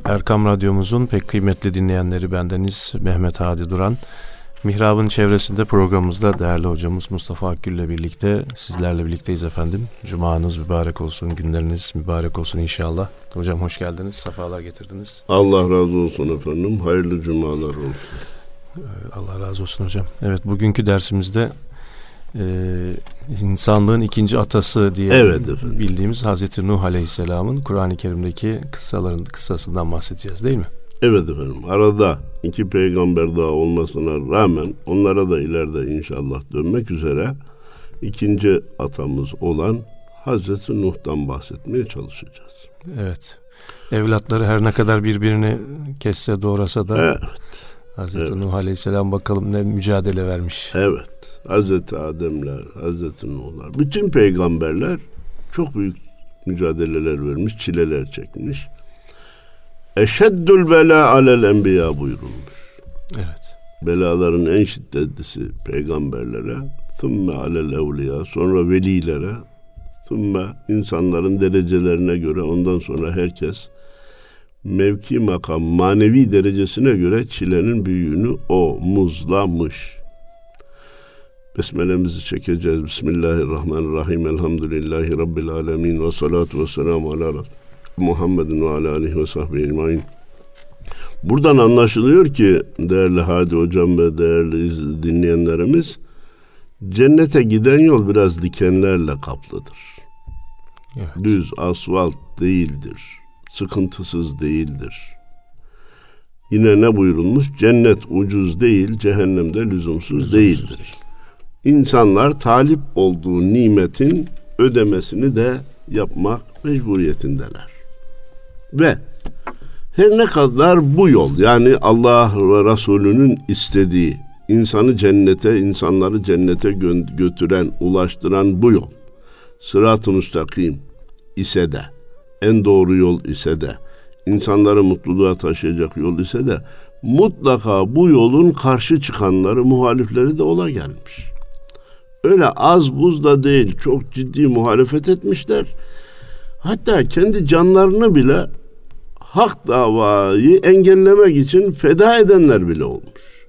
Erkam Radyomuzun pek kıymetli dinleyenleri, bendeniz Mehmet Hadi Duran. Mihrab'ın çevresinde programımızda değerli hocamız Mustafa Akgül ile birlikte sizlerle birlikteyiz efendim. Cumanız mübarek olsun, günleriniz mübarek olsun inşallah. Hocam hoş geldiniz, sefalar getirdiniz. Allah razı olsun efendim, hayırlı cumalar olsun. Allah razı olsun hocam. Evet, bugünkü dersimizde insanlığın ikinci atası diye bildiğimiz Hazreti Nuh Aleyhisselam'ın Kur'an-ı Kerim'deki kıssasından bahsedeceğiz değil mi? Evet efendim, arada iki peygamber daha olmasına rağmen onlara da ileride inşallah dönmek üzere ikinci atamız olan Hazreti Nuh'tan bahsetmeye çalışacağız. Evet. Evlatları her ne kadar birbirini kesse doğrasa da evet. Hazreti Nuh Aleyhisselam bakalım ne mücadele vermiş. Evet. Hazreti Ademler, Hazreti Nuh'lar, bütün peygamberler çok büyük mücadeleler vermiş, çileler çekmiş. Eşeddül bela alel enbiya buyurulmuş. Evet. Belaların en şiddetlisi peygamberlere, thumme alel evliya, sonra velilere, thumme insanların derecelerine göre, ondan sonra herkes mevki makam manevi derecesine göre çilenin büyüğünü o muzlamış. Besmelemizi çekeceğiz. Bismillahirrahmanirrahim. Elhamdülillahi Rabbil alemin. Ve salatu ve selamu ala Muhammedin ve ala alihi ve sahbihi ecmaîn. Buradan anlaşılıyor ki değerli Hadi hocam ve değerli dinleyenlerimiz, cennete giden yol biraz dikenlerle kaplıdır. Evet. Düz asfalt değildir. Sıkıntısız değildir. Yine ne buyurulmuş? Cennet ucuz değil, cehennemde lüzumsuz değildir. İnsanlar talip olduğu nimetin ödemesini de yapmak mecburiyetindeler. Ve her ne kadar bu yol, yani Allah ve Resulünün istediği, insanı cennete, insanları cennete götüren, ulaştıran bu yol, sırat-ı müstakim ise de, en doğru yol ise de, insanları mutluluğa taşıyacak yol ise de, mutlaka bu yolun karşı çıkanları, muhalifleri de ola gelmiş. Öyle az buz da değil, çok ciddi muhalefet etmişler. Hatta kendi canlarını bile hak davayı engellemek için feda edenler bile olmuş.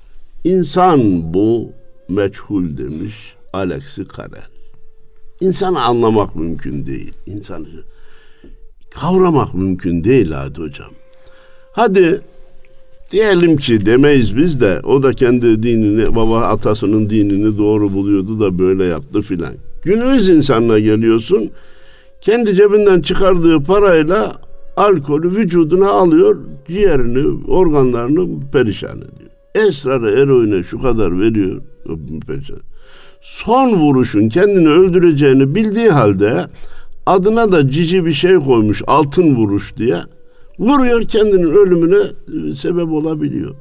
İnsan bu meçhul demiş Alexi Carrel. İnsanı anlamak mümkün değil. İnsanı kavramak mümkün değil Hadi hocam. Hadi diyelim ki demeyiz biz de, o da kendi dinini, baba atasının dinini doğru buluyordu da böyle yaptı filan. Günümüz insanına geliyorsun, kendi cebinden çıkardığı parayla alkolü vücuduna alıyor, ciğerini, organlarını perişan ediyor. Esrarı, eroine şu kadar veriyor, perişan. Son vuruşun kendini öldüreceğini bildiği halde adına da cici bir şey koymuş, altın vuruş diye, vuruyor, kendinin ölümüne sebep olabiliyor.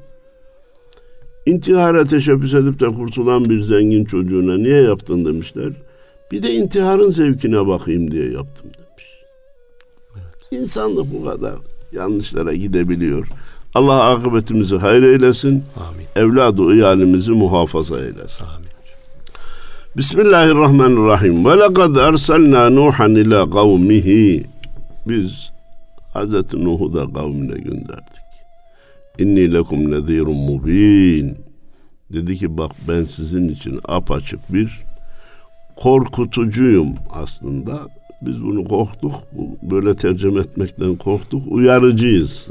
İntihara teşebbüs edip de kurtulan bir zengin çocuğuna niye yaptın demişler. Bir de intiharın zevkine bakayım diye yaptım demiş. Evet. İnsanlık bu kadar yanlışlara gidebiliyor. Allah akıbetimizi hayır eylesin. Amin. Evladı iyalimizi muhafaza eylesin. Amin. Bismillahirrahmanirrahim. Ve lekad erselna Nuhan ila kavmihi. Biz Hazreti Nuh'u da kavmine gönderdik. İnni lekum nezirun mubin. Dedi ki bak, ben sizin için apaçık bir korkutucuyum aslında. Biz bunu korktuk, böyle tercüme etmekten korktuk, uyarıcıyız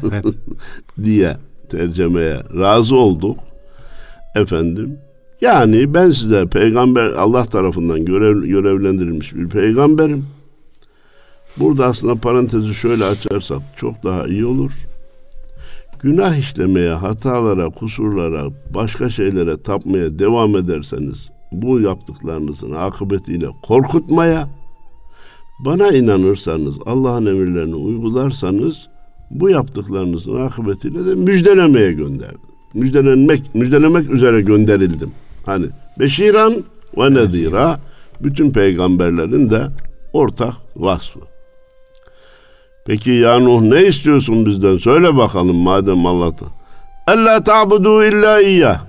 diye tercümeye razı olduk. Efendim, yani ben size peygamber, Allah tarafından görevlendirilmiş bir peygamberim. Burada aslında parantezi şöyle açarsak çok daha iyi olur. Günah işlemeye, hatalara, kusurlara, başka şeylere tapmaya devam ederseniz, bu yaptıklarınızın akıbetiyle korkutmaya, bana inanırsanız, Allah'ın emirlerini uygularsanız, bu yaptıklarınızın akıbetiyle de müjdelemeye gönderdim. Müjdelemek üzere gönderildim. Hani beşiran ve nezira, bütün peygamberlerin de ortak vasfı. Peki ya Nuh, ne istiyorsun bizden? Söyle bakalım madem Allah'tan. Ella ta'budu illa iyyah.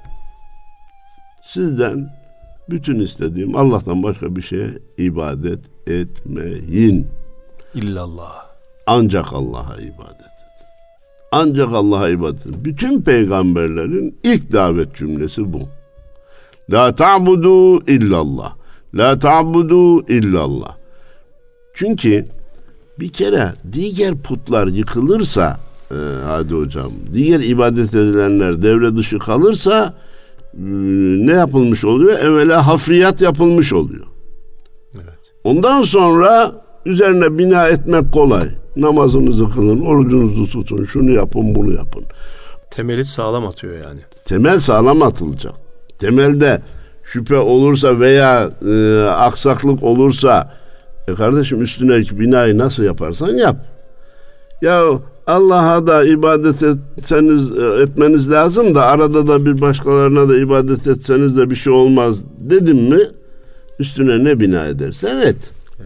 Sizden bütün istediğim Allah'tan başka bir şeye ibadet etmeyin. İllallah. Ancak Allah'a ibadet edin. Ancak Allah'a ibadet edin. Bütün peygamberlerin ilk davet cümlesi bu. La ta'budu illallah. La ta'budu illallah. Çünkü bir kere diğer putlar yıkılırsa, hadi hocam, diğer ibadet edilenler devre dışı kalırsa ne yapılmış oluyor? Evvela hafriyat yapılmış oluyor. Evet. Ondan sonra üzerine bina etmek kolay. Namazınızı kılın, orucunuzu tutun, şunu yapın, bunu yapın. Temeli sağlam atıyor yani. Temel sağlam atılacak. Temelde şüphe olursa veya aksaklık olursa kardeşim üstüne binayı nasıl yaparsan yap. Ya Allah'a da ibadet etmeniz lazım da arada da bir başkalarına da ibadet etseniz de bir şey olmaz dedim mi üstüne ne bina edersen et.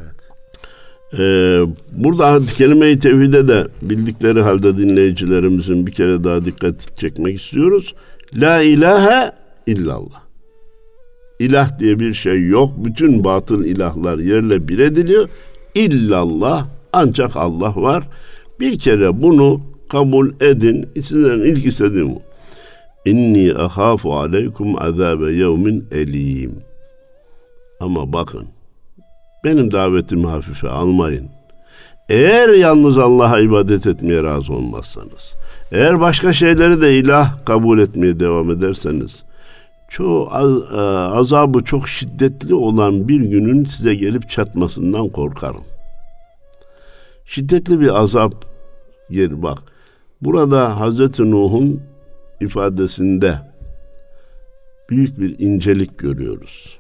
Burada kelime-i tevhide de bildikleri halde dinleyicilerimizin bir kere daha dikkat çekmek istiyoruz. La ilahe illallah. İlah diye bir şey yok. Bütün batıl ilahlar yerle bir ediliyor. İllallah, ancak Allah var. Bir kere bunu kabul edin. Sizden ilk istediğim bu. İnni ahafu aleykum azabe yevmin elim. Ama bakın, benim davetimi hafife almayın. Eğer yalnız Allah'a ibadet etmeye razı olmazsanız, eğer başka şeyleri de ilah kabul etmeye devam ederseniz, azabı çok şiddetli olan bir günün size gelip çatmasından korkarım. Şiddetli bir azap yer bak. Burada Hazreti Nuh'un ifadesinde büyük bir incelik görüyoruz.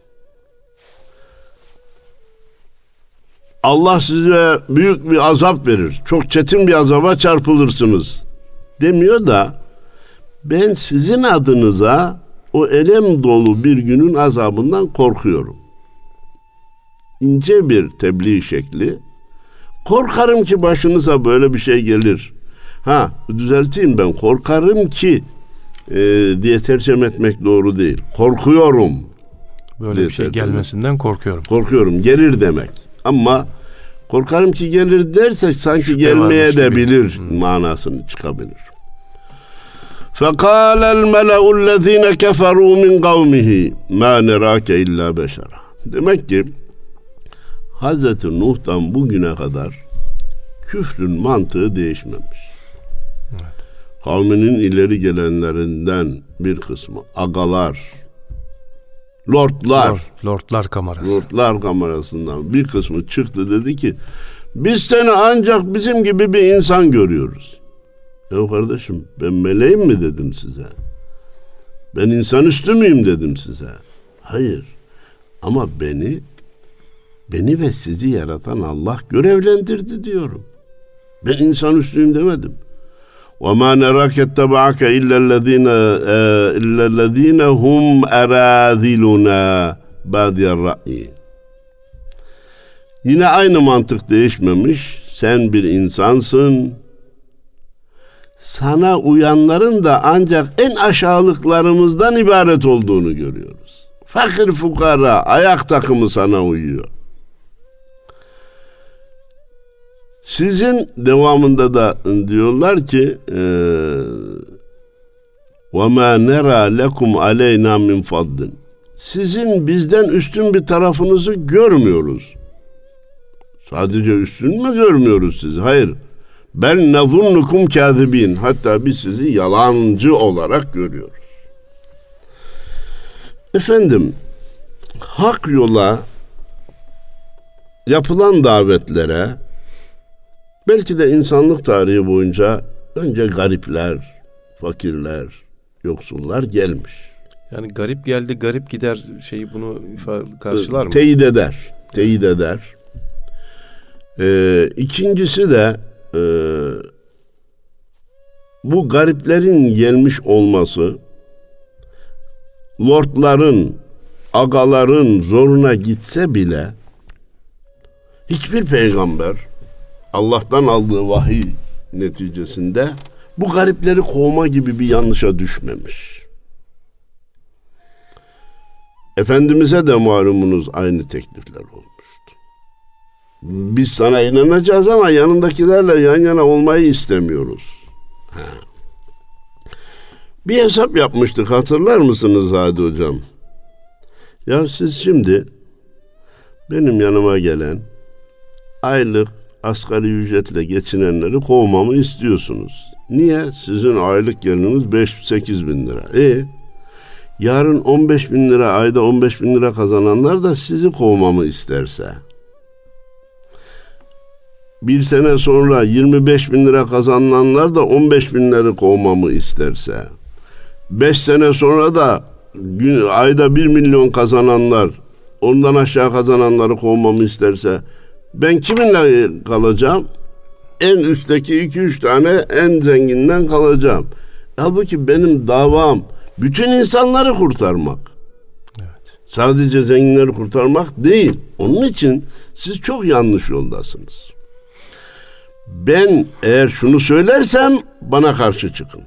Allah size büyük bir azap verir. Çok çetin bir azaba çarpılırsınız demiyor da ben sizin adınıza o elem dolu bir günün azabından korkuyorum. İnce bir tebliğ şekli. Korkarım ki başınıza böyle bir şey gelir. Düzelteyim ben. Korkarım ki diye tercüme etmek doğru değil. Korkuyorum. Böyle bir şey gelmesinden korkuyorum. Korkuyorum. Gelir demek. Ama korkarım ki gelir dersek sanki şüphe gelmeye de bilir manasını çıkabilir. فَقَالَ الْمَلَأُ الَّذ۪ينَ كَفَرُوا مِنْ قَوْمِهِ مَا نَرَاكَ اِلَّا بَشَرًا. Demek ki Hazreti Nuh'tan bugüne kadar küfrün mantığı değişmemiş. Evet. Kavminin ileri gelenlerinden bir kısmı agalar, Lordlar kamerasından bir kısmı çıktı, dedi ki biz seni ancak bizim gibi bir insan görüyoruz. Ya kardeşim, ben meleğim mi dedim size? Ben insanüstü müyüm dedim size? Hayır. Ama beni ve sizi yaratan Allah görevlendirdi diyorum. Ben insanüstüyüm demedim. وَمَا نَرَاكَ اتَّبَعَكَ إِلَّا الَّذ۪ينَ هُمْ اَرَاذِلُنَا بَادِيَ الرَّأْيِ. Yine aynı mantık değişmemiş. Sen bir insansın. Sana uyanların da ancak en aşağılıklarımızdan ibaret olduğunu görüyoruz. Fakir fukara, ayak takımı sana uyuyor. Sizin devamında da diyorlar ki وَمَا نَرَى لَكُمْ عَلَيْنَا مِنْ فَضْلٍ. Sizin bizden üstün bir tarafınızı görmüyoruz. Sadece üstün mü görmüyoruz sizi? Hayır. بَلْ نَظُنُّكُمْ كَاذِب۪ينَ. Hatta biz sizi yalancı olarak görüyoruz. Efendim, hak yola yapılan davetlere belki de insanlık tarihi boyunca önce garipler, fakirler, yoksullar gelmiş. Yani garip geldi, garip gider şeyi bunu karşılar mı? Teyit eder. İkincisi de bu gariplerin gelmiş olması lordların, agaların zoruna gitse bile hiçbir peygamber Allah'tan aldığı vahiy neticesinde bu garipleri kovma gibi bir yanlışa düşmemiş. Efendimiz'e de malumunuz aynı teklifler olmuştu. Biz sana inanacağız ama yanındakilerle yan yana olmayı istemiyoruz. Bir hesap yapmıştık, hatırlar mısınız Hadi Hocam? Ya siz şimdi benim yanıma gelen aylık asgari ücretle geçinenleri kovmamı istiyorsunuz. Niye? Sizin aylık geliriniz 5-8 bin lira. Yarın 15 bin lira, ayda 15 bin lira kazananlar da sizi kovmamı isterse, bir sene sonra 25 bin lira kazananlar da 15 binleri kovmamı isterse, 5 sene sonra da ayda 1 milyon kazananlar, ondan aşağı kazananları kovmamı isterse, ben kiminle kalacağım? En üstteki 2-3 tane en zenginden kalacağım. Halbuki benim davam bütün insanları kurtarmak. Evet. Sadece zenginleri kurtarmak değil. Onun için siz çok yanlış yoldasınız. Ben eğer şunu söylersem bana karşı çıkın.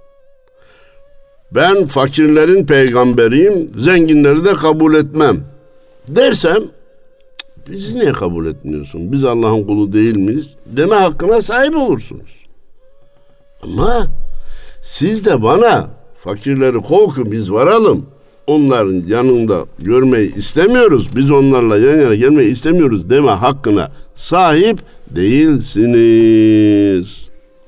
Ben fakirlerin peygamberiyim, zenginleri de kabul etmem dersem, bizi niye kabul etmiyorsun? Biz Allah'ın kulu değil miyiz? Deme hakkına sahip olursunuz. Ama siz de bana fakirleri kov ki biz varalım, onların yanında görmeyi istemiyoruz, biz onlarla yan yana gelmeyi istemiyoruz deme hakkına sahip değilsiniz.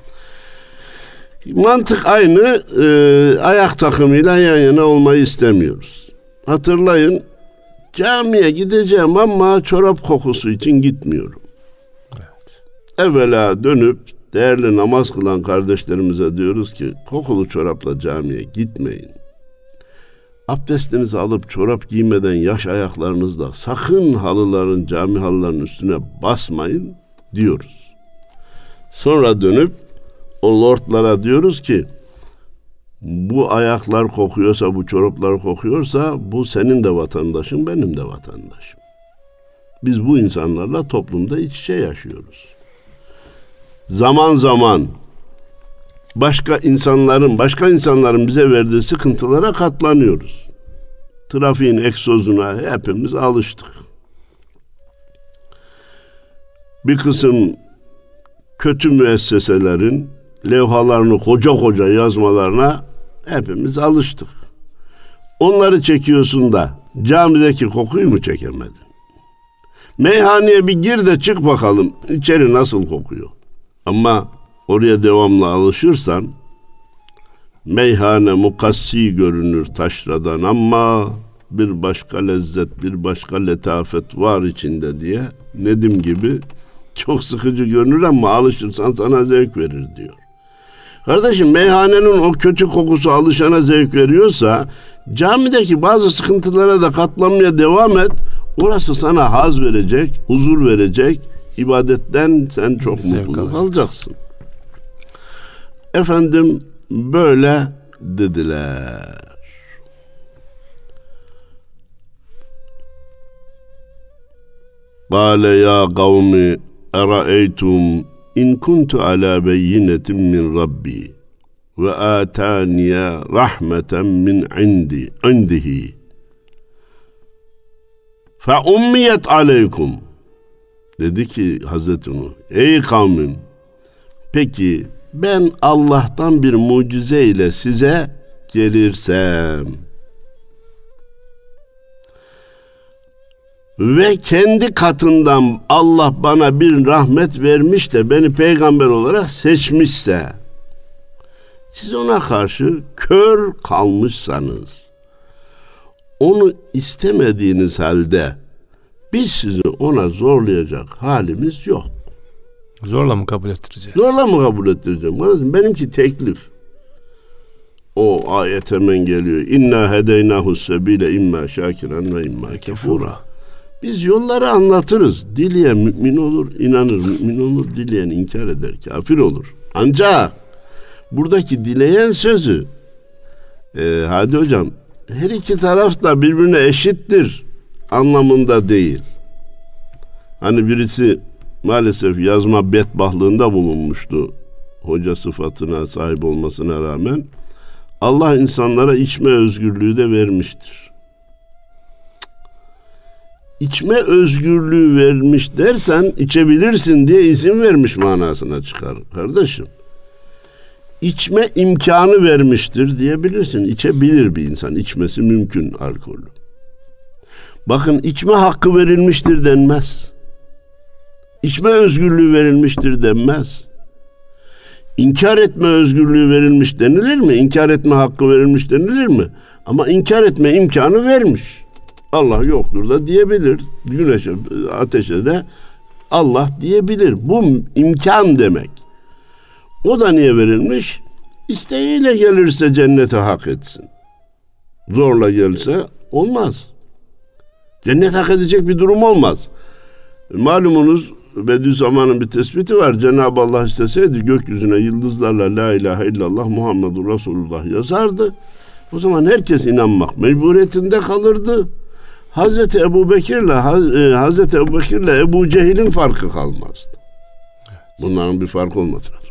Mantık aynı, ayak takımıyla yan yana olmayı istemiyoruz. Hatırlayın, camiye gideceğim ama çorap kokusu için gitmiyorum. Evet. Evvela dönüp değerli namaz kılan kardeşlerimize diyoruz ki kokulu çorapla camiye gitmeyin. Abdestinizi alıp çorap giymeden yaş ayaklarınızla sakın halıların, cami halılarının üstüne basmayın diyoruz. Sonra dönüp o lordlara diyoruz ki bu ayaklar kokuyorsa, bu çoraplar kokuyorsa bu senin de vatandaşın, benim de vatandaşım. Biz bu insanlarla toplumda iç içe yaşıyoruz. Zaman zaman başka insanların bize verdiği sıkıntılara katlanıyoruz. Trafiğin egzozuna hepimiz alıştık. Bir kısım kötü müesseselerin levhalarını koca koca yazmalarına hepimiz alıştık. Onları çekiyorsun da camideki kokuyu mu çekemedin? Meyhaneye bir gir de çık bakalım içeri nasıl kokuyor. Ama oraya devamlı alışırsan meyhane mukassi görünür taşradan ama bir başka lezzet, bir başka letafet var içinde diye Nedim gibi çok sıkıcı görünür ama alışırsan sana zevk verir diyor. Kardeşim, meyhanenin o kötü kokusu alışana zevk veriyorsa camideki bazı sıkıntılara da katlanmaya devam et. Orası sana haz verecek, huzur verecek. İbadetten sen çok mutlu kalacaksın. Efendim böyle dediler. Kâle ya kavmi eraeytum in kuntu ala beyyinetin min Rabbi ve ataniye rahmeten min indihi fe ummiyet aleykum. Dedi ki Hazreti Nuh, ey kavmim, peki ben Allah'tan bir mucize ile size gelirsem ve kendi katından Allah bana bir rahmet vermiş de beni peygamber olarak seçmişse, siz ona karşı kör kalmışsanız, onu istemediğiniz halde biz sizi ona zorlayacak halimiz yok. Zorla mı kabul ettireceğiz? Zorla mı kabul ettireceğim? Benimki teklif. O ayet hemen geliyor. İnna hedeynahu sebile imma şakiran ve imma kefura. Biz yolları anlatırız. Dileyen mümin olur, inanır. Mümin olur, dileyen inkar eder, kafir olur. Ancak buradaki dileyen sözü Hadi hocam, her iki taraf da birbirine eşittir anlamında değil. Hani birisi maalesef yazma bedbahtlığında bulunmuştu. Hoca sıfatına sahip olmasına rağmen Allah insanlara içme özgürlüğü de vermiştir. içme özgürlüğü vermiş dersen içebilirsin diye izin vermiş manasına çıkar kardeşim. İçme imkanı vermiştir diyebilirsin. İçebilir bir insan. İçmesi mümkün alkolü. Bakın içme hakkı verilmiştir denmez. İçme özgürlüğü verilmiştir denmez. İnkar etme özgürlüğü verilmiş denilir mi? İnkar etme hakkı verilmiş denilir mi? Ama inkar etme imkanı vermiş. Allah yoktur da diyebilir. Güneşe, ateşe de Allah diyebilir. Bu imkan demek. O da niye verilmiş? İsteğiyle gelirse cennete hak etsin. Zorla gelirse olmaz. Cennet hak edecek bir durum olmaz. Malumunuz Bediüzzaman'ın bir tespiti var. Cenab-ı Allah isteseydi gökyüzüne yıldızlarla La ilahe illallah Muhammedur Resulullah yazardı. O zaman herkes inanmak mecburiyetinde kalırdı. Hazreti Ebubekir'le Ebu Cehil'in farkı kalmazdı. Bunların bir farkı olması lazım.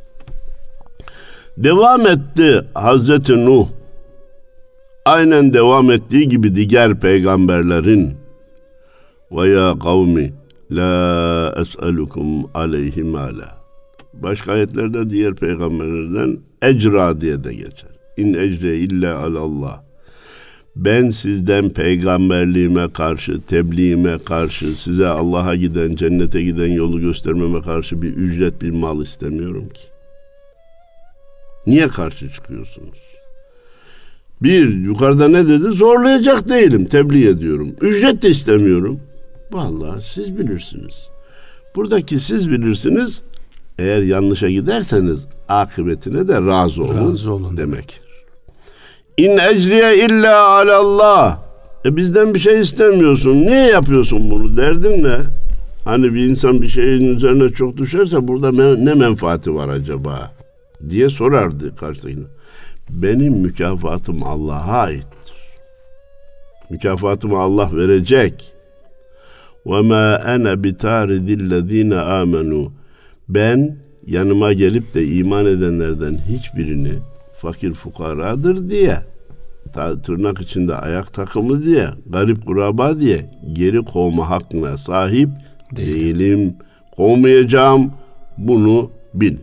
Devam etti Hazreti Nuh. Aynen devam ettiği gibi diğer peygamberlerin ve ya kavmi la es'elukum aleyhi mala. Başka ayetlerde diğer peygamberlerden ecra diye de geçer. İn ecre illa alallah. Ben sizden peygamberliğime karşı, tebliğime karşı, size Allah'a giden, cennete giden yolu göstermeme karşı bir ücret, bir mal istemiyorum ki. Niye karşı çıkıyorsunuz? Bir, yukarıda ne dedi? Zorlayacak değilim, tebliğ ediyorum. Ücret de istemiyorum. Vallahi siz bilirsiniz. Buradaki siz bilirsiniz. Eğer yanlışa giderseniz akıbetine de razı olun demektir. İn ecriye illa alallah. Bizden bir şey istemiyorsun. Niye yapıyorsun bunu? Derdin ne? Hani bir insan bir şeyin üzerine çok düşerse burada ne menfaati var acaba? Diye sorardı karşıdakine. Benim mükafatım Allah'a aittir. Mükafatımı Allah verecek. وَمَا أَنَا بِتَارِدِ الَّذ۪ينَ آمَنُوا. Ben yanıma gelip de iman edenlerden hiçbirini fakir fukaradır diye, tırnak içinde ayak takımı diye, garip kuraba diye geri kovma hakkına sahip değilim. Kovmayacağım, bunu bil.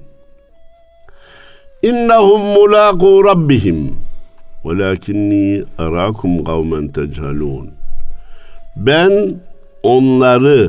İnnehum mulâkû rabbihim velâkinnî arâkum kavmen techalûn. Ben onları,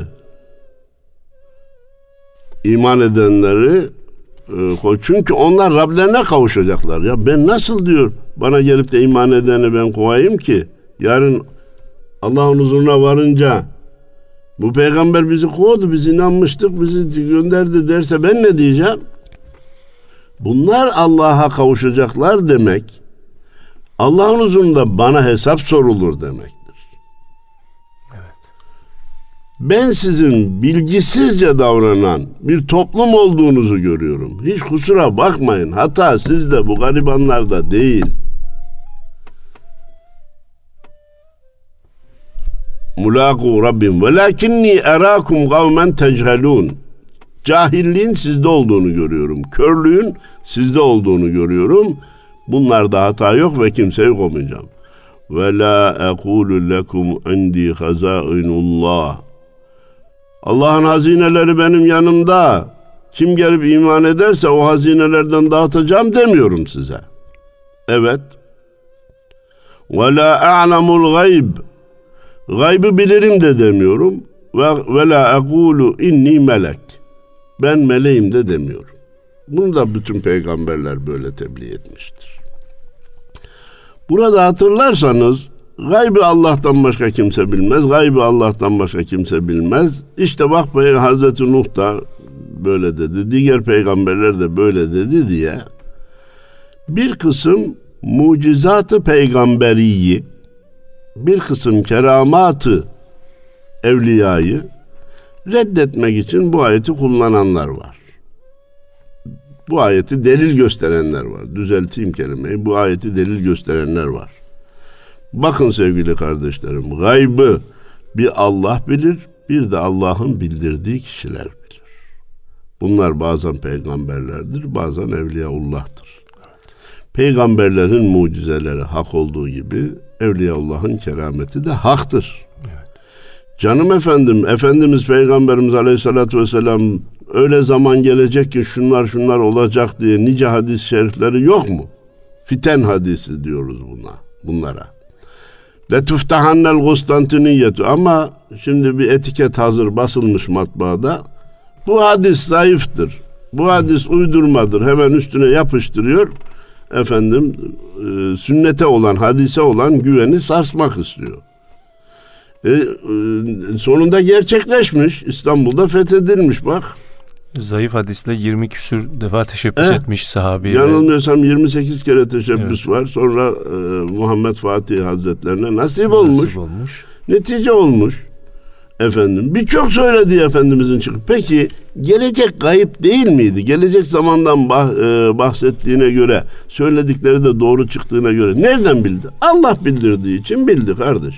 iman edenleri, çünkü onlar Rablerine kavuşacaklar. Ya ben nasıl diyor bana gelip de iman edeni ben kovayım ki yarın Allah'ın huzuruna varınca bu peygamber bizi kovdu, biz inanmıştık, bizi gönderdi derse ben ne diyeceğim? Bunlar Allah'a kavuşacaklar demek, Allah'ın huzurunda bana hesap sorulur demektir. Evet. Ben sizin bilgisizce davranan bir toplum olduğunuzu görüyorum. Hiç kusura bakmayın. Hata sizde, bu garibanlarda değil. Mulâkû Rabbim velâkinnî erâkum kavmen techelûn. Cahilliğin sizde olduğunu görüyorum. Körlüğün sizde olduğunu görüyorum. Bunlarda hata yok ve kimseyi kovmayacağım. Ve la ekûlü lekum indi hazâinullah. Allah'ın hazineleri benim yanımda. Kim gelip iman ederse o hazinelerden dağıtacağım demiyorum size. Evet. Ve la a'lemul gayb. Gaybı bilirim de demiyorum. Ve la ekûlü inni melek. Ben meleğim de demiyorum. Bunu da bütün peygamberler böyle tebliğ etmiştir. Burada hatırlarsanız gaybı Allah'tan başka kimse bilmez. Gaybı Allah'tan başka kimse bilmez. İşte bak Hazreti Nuh da böyle dedi. Diğer peygamberler de böyle dedi diye bir kısım mucizatı peygamberiyi, bir kısım keramatı evliyayı reddetmek için bu ayeti kullananlar var. Bu ayeti delil gösterenler var. Düzelteyim kelimeyi. Bu ayeti delil gösterenler var. Bakın sevgili kardeşlerim, gaybı bir Allah bilir, bir de Allah'ın bildirdiği kişiler bilir. Bunlar bazen peygamberlerdir, bazen evliyaullah'tır. Peygamberlerin mucizeleri hak olduğu gibi Evliyaullah'ın kerameti de haktır. Canım efendim, Efendimiz Peygamberimiz Aleyhisselatü Vesselam öyle zaman gelecek ki şunlar olacak diye nice hadis-i şerifleri yok mu? Fiten hadisi diyoruz bunlara. Letuftahannel Konstantiniyetu, ama şimdi bir etiket hazır basılmış matbaada. Bu hadis zayıftır. Bu hadis uydurmadır. Hemen üstüne yapıştırıyor. Efendim sünnete olan, hadise olan güveni sarsmak istiyor. Sonunda gerçekleşmiş. İstanbul'da fethedilmiş bak. Zayıf hadisle 20 küsür defa teşebbüs etmiş sahabeye. Yanılmıyorsam 28 kere teşebbüs var. Sonra Muhammed Fatih Hazretlerine nasip olmuş. Netice olmuş. Efendim birçok söyledi Efendimizin çıkıp. Peki gelecek gayip değil miydi? Gelecek zamandan bahsettiğine göre, söyledikleri de doğru çıktığına göre nereden bildi? Allah bildirdiği için bildi kardeş.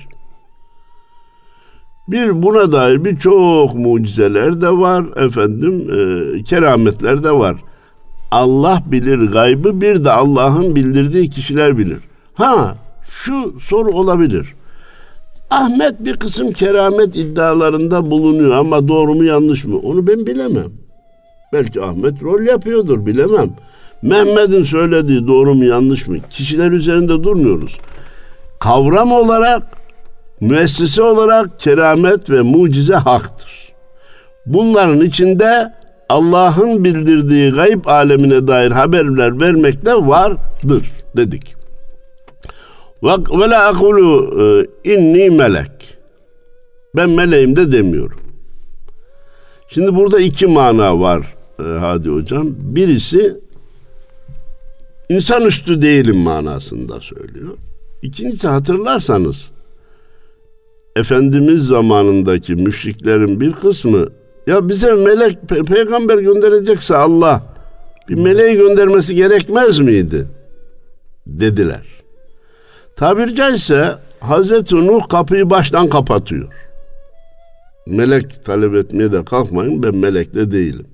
Buna dair birçok mucizeler de var efendim, kerametler de var. Allah bilir gaybı, bir de Allah'ın bildirdiği kişiler bilir. Şu soru olabilir. Ahmet bir kısım keramet iddialarında bulunuyor ama doğru mu yanlış mı? Onu ben bilemem. Belki Ahmet rol yapıyordur, bilemem. Mehmet'in söylediği doğru mu yanlış mı? Kişiler üzerinde durmuyoruz. Kavram olarak, müessese olarak keramet ve mucize haktır. Bunların içinde Allah'ın bildirdiği gayb alemine dair haberler vermek de vardır dedik. Ve la akulu inni melek. Ben meleğim de demiyorum. Şimdi burada iki mana var Hadi Hocam. Birisi insanüstü değilim manasında söylüyor. İkincisi, hatırlarsanız Efendimiz zamanındaki müşriklerin bir kısmı, ya bize melek peygamber gönderecekse Allah bir meleği göndermesi gerekmez miydi dediler. Tabiri caizse Hazreti Nuh kapıyı baştan kapatıyor. Melek talep etmeye de kalkmayın, ben melek de değilim.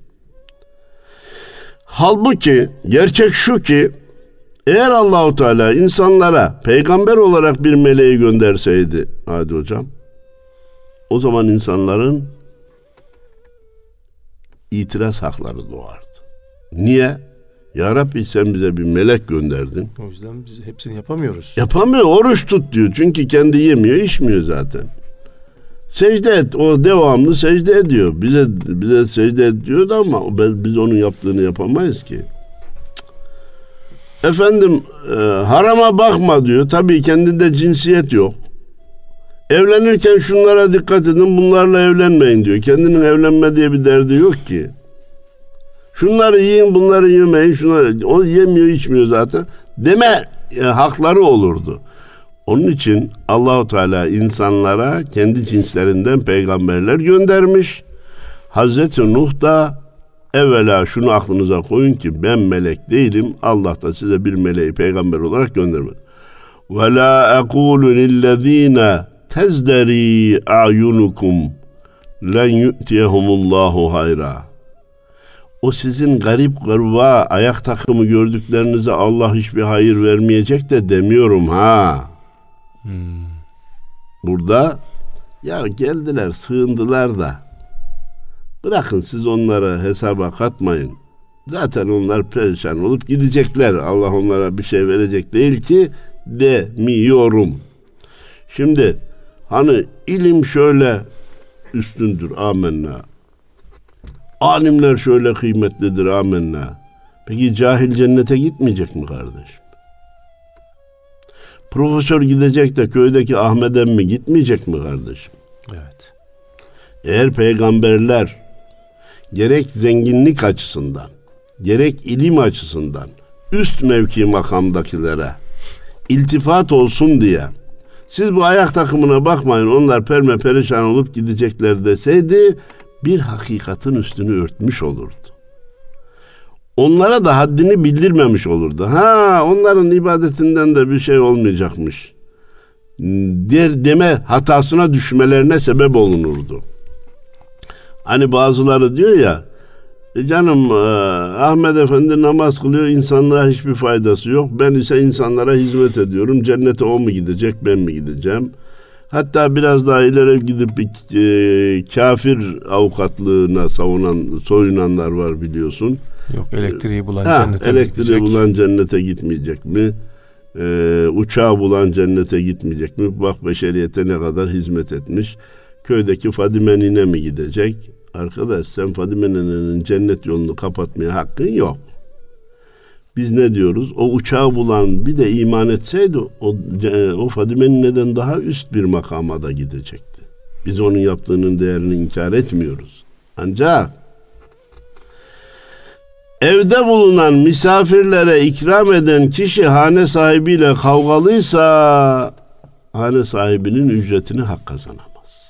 Halbuki gerçek şu ki, eğer Allahu Teala insanlara peygamber olarak bir meleği gönderseydi Hadi Hocam, o zaman insanların itiraz hakları doğardı. Niye? Ya Rabbi sen bize bir melek gönderdin. O yüzden biz hepsini yapamıyoruz. Yapamıyor, oruç tut diyor. Çünkü kendi yemiyor, içmiyor zaten. Secde et, o devamlı secde ediyor. Bize secde et diyordu ama biz onun yaptığını yapamayız ki. Efendim harama bakma diyor. Tabii kendinde cinsiyet yok. Evlenirken şunlara dikkat edin, bunlarla evlenmeyin diyor. Kendinin evlenme diye bir derdi yok ki. Şunları yiyin, bunları yemeyin. O yemiyor, içmiyor zaten. Deme hakları olurdu. Onun için Allahu Teala insanlara kendi cinslerinden peygamberler göndermiş. Hazreti Nuh da evvela şunu aklınıza koyun ki ben melek değilim. Allah da size bir meleği peygamber olarak göndermedi. Ve la ekulu lillezine tezderi a'yunukum len yu'tiyehumullahu hayra. O sizin garip gariba ayak takımı gördüklerinize Allah hiçbir hayır vermeyecek de demiyorum ha. Burada ya geldiler, sığındılar da bırakın siz onlara hesaba katmayın. Zaten onlar perişan olup gidecekler. Allah onlara bir şey verecek değil ki demiyorum. Şimdi hani ilim şöyle üstündür, amenna. Alimler şöyle kıymetlidir, amenna. Peki cahil cennete gitmeyecek mi kardeşim? Profesör gidecek de köydeki Ahmet emmi gitmeyecek mi kardeşim? Evet. Eğer peygamberler gerek zenginlik açısından, gerek ilim açısından üst mevki makamdakilere iltifat olsun diye siz bu ayak takımına bakmayın, onlar perişan olup gidecekler deseydi bir hakikatin üstünü örtmüş olurdu. Onlara da haddini bildirmemiş olurdu. Onların ibadetinden de bir şey olmayacakmış deme hatasına düşmelerine sebep olunurdu. Hani bazıları diyor ya, canım Ahmet Efendi namaz kılıyor, insanlığa hiçbir faydası yok. Ben ise insanlara hizmet ediyorum. Cennete o mu gidecek, ben mi gideceğim? Hatta biraz daha ileri gidip kafir avukatlığına soyunanlar var biliyorsun. Yok, elektriği bulan cennete elektriği bulan cennete gitmeyecek mi? Uçağı bulan cennete gitmeyecek mi? Bak beşeriyete ne kadar hizmet etmiş. Köydeki Fadime nine mi gidecek? Arkadaş, sen Fadime ninenin cennet yolunu kapatmaya hakkın yok. Biz ne diyoruz? O uçağı bulan bir de iman etseydi o Fadime nineden daha üst bir makama da gidecekti. Biz onun yaptığının değerini inkar etmiyoruz. Ancak evde bulunan misafirlere ikram eden kişi hane sahibiyle kavgalıysa hane sahibinin ücretini hak kazanamaz.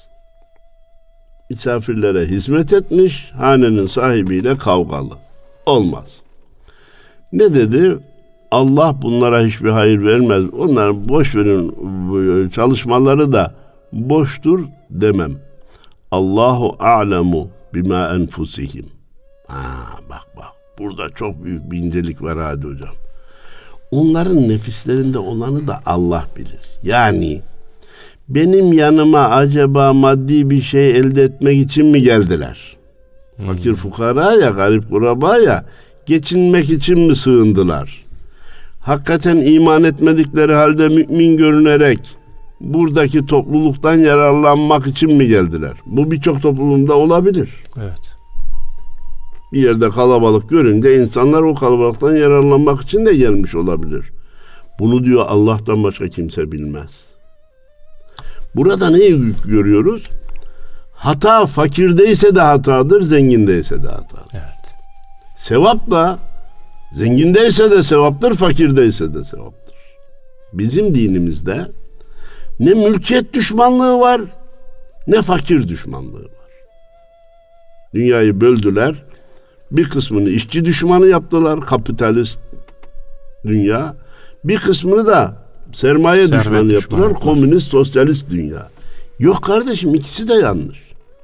Misafirlere hizmet etmiş, hanenin sahibiyle kavgalı. Olmaz. Ne dedi? Allah bunlara hiçbir hayır vermez. Onların boş verin, çalışmaları da boştur demem. Allahu a'lemu bima enfusihim. Bak. Burada çok büyük bir incelik var Hadi Hocam. Onların nefislerinde olanı da Allah bilir. Yani benim yanıma acaba maddi bir şey elde etmek için mi geldiler? Fakir fukaraya, garip kurabaya geçinmek için mi sığındılar? Hakikaten iman etmedikleri halde mümin görünerek buradaki topluluktan yararlanmak için mi geldiler? Bu birçok toplumda olabilir. Evet. Bir yerde kalabalık görünce insanlar o kalabalıktan yararlanmak için de gelmiş olabilir. Bunu diyor Allah'tan başka kimse bilmez. Burada neyi görüyoruz? Hata fakirdeyse de hatadır, zengindeyse de hatadır. Evet. Sevap da zengindeyse de sevaptır, fakirdeyse de sevaptır. Bizim dinimizde ne mülkiyet düşmanlığı var, ne fakir düşmanlığı var. Dünyayı böldüler. Bir kısmını işçi düşmanı yaptılar, kapitalist dünya. Bir kısmını da sermaye düşmanı yaptılar, komünist, sosyalist dünya. Yok kardeşim, ikisi de yanlış.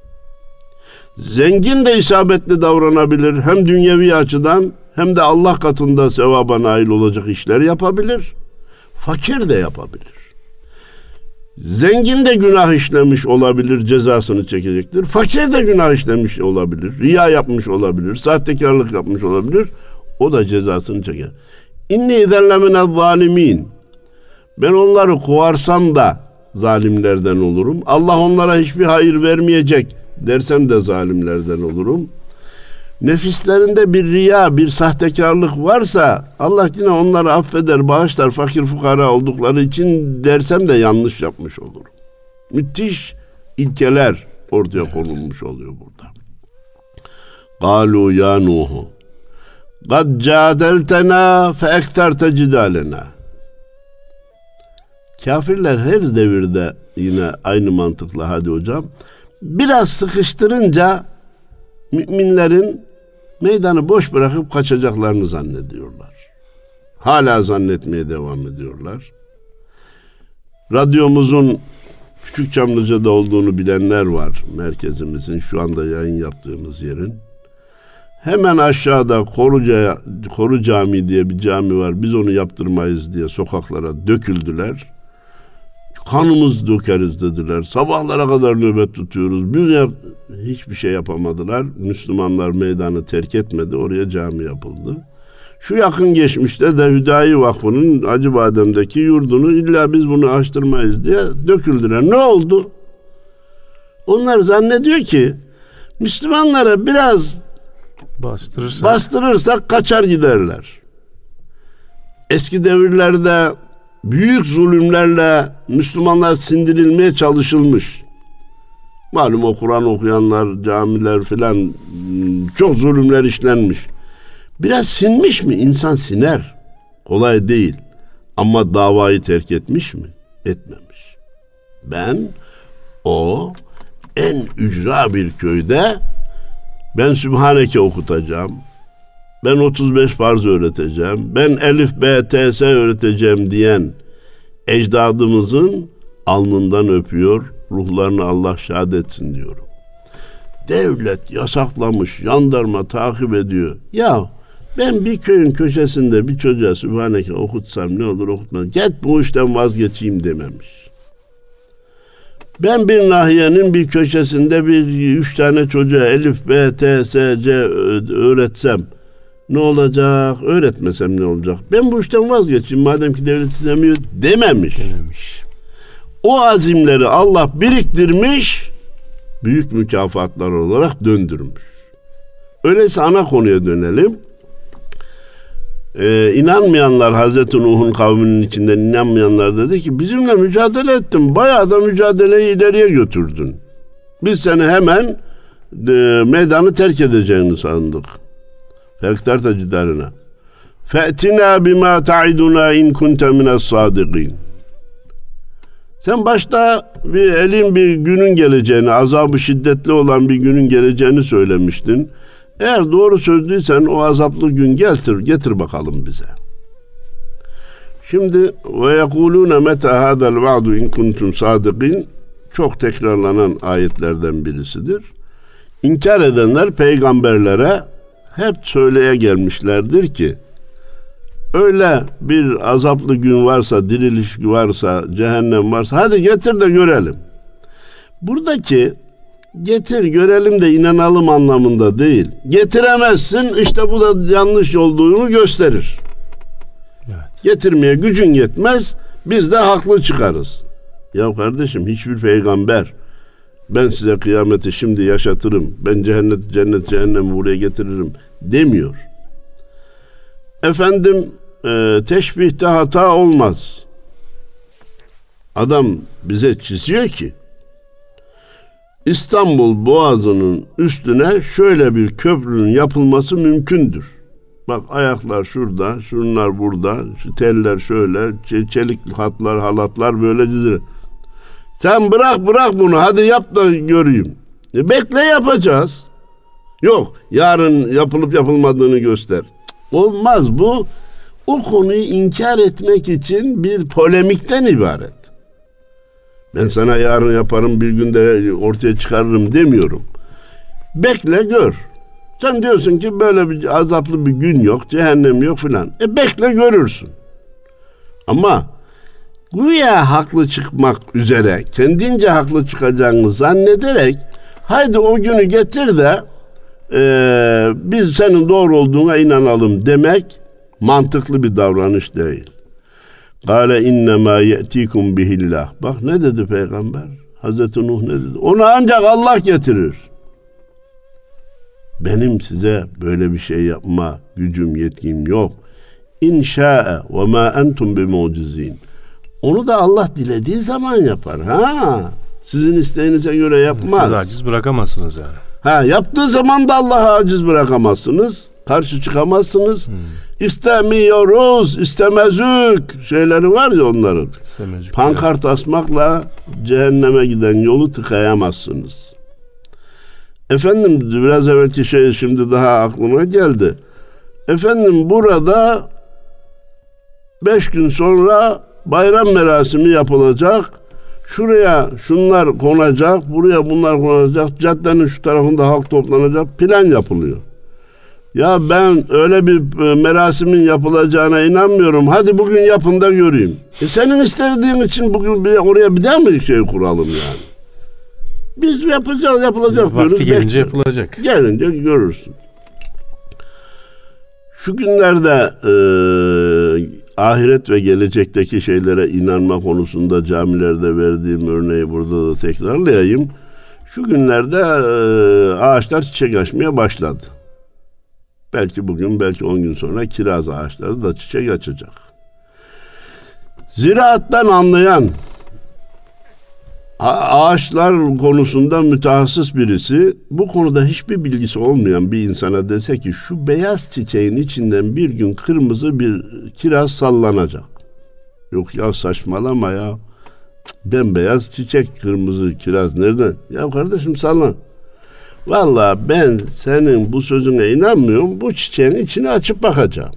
Zengin de isabetli davranabilir, hem dünyevi açıdan hem de Allah katında sevaba nail olacak işler yapabilir. Fakir de yapabilir. Zengin de günah işlemiş olabilir, cezasını çekecektir. Fakir de günah işlemiş olabilir, riya yapmış olabilir, sahtekarlık yapmış olabilir. O da cezasını çeker. İnni izellemine zalimin. Ben onları kovarsam da zalimlerden olurum. Allah onlara hiçbir hayır vermeyecek dersem de zalimlerden olurum. Nefislerinde bir riya, bir sahtekarlık varsa Allah yine onları affeder, bağışlar, fakir fukara oldukları için dersem de yanlış yapmış olurum. Müthiş ilkeler ortaya konulmuş oluyor burada. قَالُوا يَا نُوهُ قَدْ جَادَلْتَنَا فَاَكْتَرْتَ جِدَالَنَا. Kafirler her devirde yine aynı mantıkla Hadi Hocam, biraz sıkıştırınca müminlerin meydanı boş bırakıp kaçacaklarını zannediyorlar. Hala zannetmeye devam ediyorlar. Radyomuzun Küçükçamlıca'da olduğunu bilenler var. Merkezimizin, şu anda yayın yaptığımız yerin. Hemen aşağıda Koru Camii diye bir cami var. Biz onu yaptırmayız diye sokaklara döküldüler. Kanımız dökeriz dediler. Sabahlara kadar nöbet tutuyoruz. Hiçbir şey yapamadılar. Müslümanlar meydanı terk etmedi. Oraya cami yapıldı. Şu yakın geçmişte de Hüdayi Vakfı'nın Acıbadem'deki yurdunu illa biz bunu açtırmayız diye döküldüler. Ne oldu? Onlar zannediyor ki Müslümanlara biraz bastırırsak kaçar giderler. Eski devirlerde büyük zulümlerle Müslümanlar sindirilmeye çalışılmış. Malum o Kur'an okuyanlar, camiler filan çok zulümler işlenmiş. Biraz sinmiş mi? İnsan siner. Kolay değil. Ama davayı terk etmiş mi? Etmemiş. Ben o en ücra bir köyde ben Sübhaneke okutacağım. Ben 35 farz öğreteceğim. Ben Elif, B, T, S öğreteceğim diyen ecdadımızın alnından öpüyor. Ruhlarını Allah şad etsin diyorum. Devlet yasaklamış, jandarma takip ediyor. Ya ben bir köyün köşesinde bir çocuğa Sübhaneke okutsam ne olur okutmaz. Git bu işten vazgeçeyim dememiş. Ben bir nahiyenin bir köşesinde 3 tane çocuğa Elif, B, T, S, C öğretsem ne olacak? Öğretmesem ne olacak? Ben bu işten vazgeçeyim madem ki devlet istemiyor dememiş. O azimleri Allah biriktirmiş, büyük mükafatlar olarak döndürmüş. Öyleyse ana konuya dönelim. İnanmayanlar, Hazreti Nuh'un kavminin içinden inanmayanlar dedi ki bizimle mücadele ettin, bayağı da mücadeleyi ileriye götürdün. Biz seni hemen meydanı terk edeceğini sandık. Fektarta cidarına. Fe'tina bima ta'iduna in kunte mines sadiqin. Sen başta bir günün geleceğini, azabı şiddetli olan bir günün geleceğini söylemiştin. Eğer doğru sözlüysen o azaplı gün getir bakalım bize. Şimdi ve yekulune meta hadal va'du in kuntum sadiqin çok tekrarlanan ayetlerden birisidir. İnkar edenler peygamberlere hep söyleye gelmişlerdir ki öyle bir azaplı gün varsa, diriliş varsa, cehennem varsa hadi getir de görelim. Buradaki getir görelim de inanalım anlamında değil. Getiremezsin, işte bu da yanlış olduğunu gösterir. Evet. Getirmeye gücün yetmez, biz de haklı çıkarız. Ya kardeşim, hiçbir peygamber ben size kıyameti şimdi yaşatırım, ben cennet cehennemi buraya getiririm demiyor. Efendim teşbihte hata olmaz. Adam bize çiziyor ki İstanbul Boğazı'nın üstüne şöyle bir köprünün yapılması mümkündür. Bak ayaklar şurada, şunlar burada, şu teller şöyle, çelik hatlar, halatlar böyle dizilir. Sen bırak bunu, hadi yap da göreyim. Bekle yapacağız. Yok, yarın yapılıp yapılmadığını göster. Olmaz bu. O konuyu inkar etmek için bir polemikten ibaret. Ben sana yarın yaparım, bir günde ortaya çıkarırım demiyorum. Bekle gör. Sen diyorsun ki böyle bir azaplı bir gün yok, cehennem yok filan. Bekle görürsün. Ama güya haklı çıkmak üzere, kendince haklı çıkacağını zannederek haydi o günü getir de biz senin doğru olduğuna inanalım demek mantıklı bir davranış değil. Kâle innemâ ye'tîkum bihillah. Bak ne dedi peygamber? Hazreti Nuh ne dedi? Onu ancak Allah getirir. Benim size böyle bir şey yapma gücüm, yetkim yok. İnşa'e ve mâ entum bimucizîn. Onu da Allah dilediği zaman yapar. Sizin isteğinize göre yapmaz. Siz aciz bırakamazsınız yani. Yaptığı zaman da Allah'a aciz bırakamazsınız. Karşı çıkamazsınız. İstemiyoruz, istemezük şeyleri var ya onların. Pankart asmakla cehenneme giden yolu tıkayamazsınız. Efendim biraz evvelki şey şimdi daha aklıma geldi. Efendim burada 5 gün sonra bayram merasimi yapılacak. Şuraya şunlar konacak, buraya bunlar konacak. Caddenin şu tarafında halk toplanacak. Plan yapılıyor. Ya ben öyle bir merasimin yapılacağına inanmıyorum. Hadi bugün yapın da göreyim. Senin istediğin için bugün oraya bir daha mı şey kuralım yani? Biz yapacağız, yapılacak. Vakti gelince yapılacak. Gelince görürsün. Şu günlerde ahiret ve gelecekteki şeylere inanma konusunda camilerde verdiğim örneği burada da tekrarlayayım. Şu günlerde ağaçlar çiçek açmaya başladı. Belki bugün, belki 10 gün sonra kiraz ağaçları da çiçek açacak. Ziraattan anlayan, ağaçlar konusunda mütehassıs birisi, bu konuda hiçbir bilgisi olmayan bir insana dese ki şu beyaz çiçeğin içinden bir gün kırmızı bir kiraz sallanacak. Yok ya, saçmalama ya. Bembeyaz çiçek, kırmızı kiraz nereden? Ya kardeşim sallan. Vallahi ben senin bu sözüne inanmıyorum. Bu çiçeğin içini açıp bakacağım.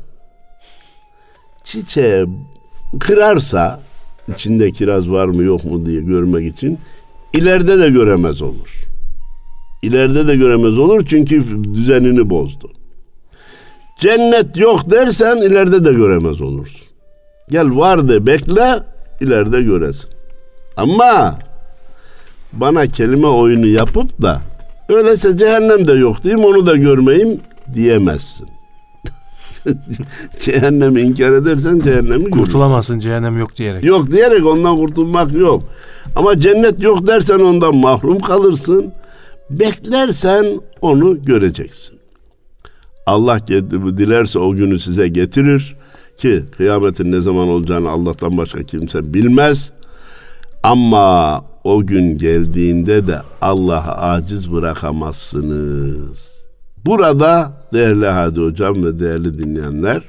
Çiçeği kırarsa, içinde kiraz var mı yok mu diye görmek için, ileride de göremez olur. İleride de göremez olur çünkü düzenini bozdu. Cennet yok dersen ileride de göremez olursun. Gel var de bekle, ileride göresin. Ama bana kelime oyunu yapıp da öyleyse cehennem de yok diyeyim, onu da görmeyeyim diyemezsin. Cehennemi inkar edersen cehennemi kurtulamazsın cehennem yok diyerek. Yok diyerek ondan kurtulmak yok. Ama cennet yok dersen ondan mahrum kalırsın. Beklersen onu göreceksin. Allah dilerse o günü size getirir ki kıyametin ne zaman olacağını Allah'tan başka kimse bilmez. Ama o gün geldiğinde de Allah'a aciz bırakamazsınız. Burada değerli Hadi Hocam ve değerli dinleyenler,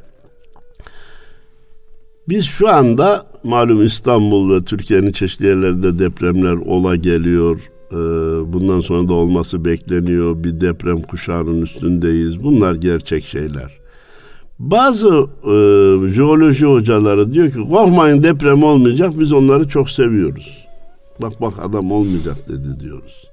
biz şu anda malum İstanbul ve Türkiye'nin çeşitli yerlerinde depremler ola geliyor. Bundan sonra da olması bekleniyor. Bir deprem kuşağının üstündeyiz. Bunlar gerçek şeyler. Bazı jeoloji hocaları diyor ki korkmayın deprem olmayacak, biz onları çok seviyoruz. Bak adam olmayacak dedi diyoruz.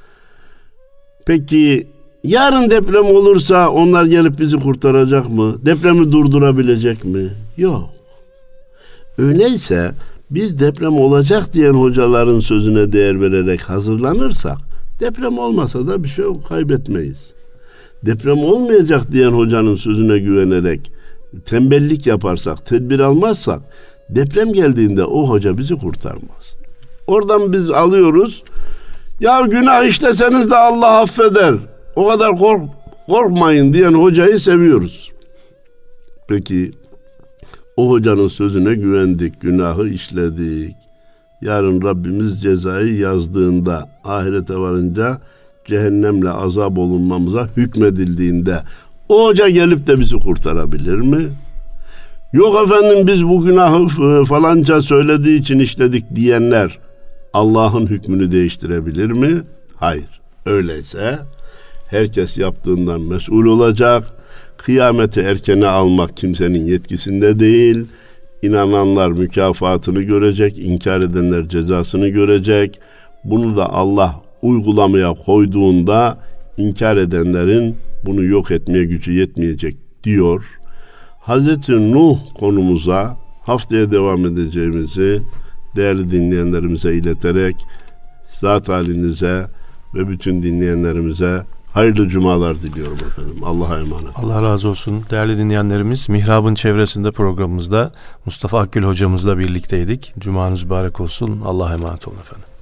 Peki yarın deprem olursa onlar gelip bizi kurtaracak mı? Depremi durdurabilecek mi? Yok. Öyleyse biz deprem olacak diyen hocaların sözüne değer vererek hazırlanırsak deprem olmasa da bir şey kaybetmeyiz. Deprem olmayacak diyen hocanın sözüne güvenerek tembellik yaparsak, tedbir almazsak deprem geldiğinde o hoca bizi kurtarmaz. Oradan biz alıyoruz. Ya günah işleseniz de Allah affeder. O kadar korkmayın diyen hocayı seviyoruz. Peki o hocanın sözüne güvendik, günahı işledik. Yarın Rabbimiz cezayı yazdığında, ahirete varınca cehennemle azap olunmamıza hükmedildiğinde o hoca gelip de bizi kurtarabilir mi? Yok efendim biz bu günahı falanca söylediği için işledik diyenler Allah'ın hükmünü değiştirebilir mi? Hayır. Öyleyse herkes yaptığından mesul olacak. Kıyameti erkene almak kimsenin yetkisinde değil. İnananlar mükafatını görecek, inkar edenler cezasını görecek. Bunu da Allah uygulamaya koyduğunda inkar edenlerin bunu yok etmeye gücü yetmeyecek diyor. Hazreti Nuh konumuza haftaya devam edeceğimizi değerli dinleyenlerimize ileterek zat halinize ve bütün dinleyenlerimize hayırlı cumalar diliyorum efendim. Allah'a emanet. Allah razı olsun. Değerli dinleyenlerimiz, Mihrab'ın çevresinde programımızda Mustafa Akgül hocamızla birlikteydik. Cumanız mübarek olsun. Allah'a emanet olun efendim.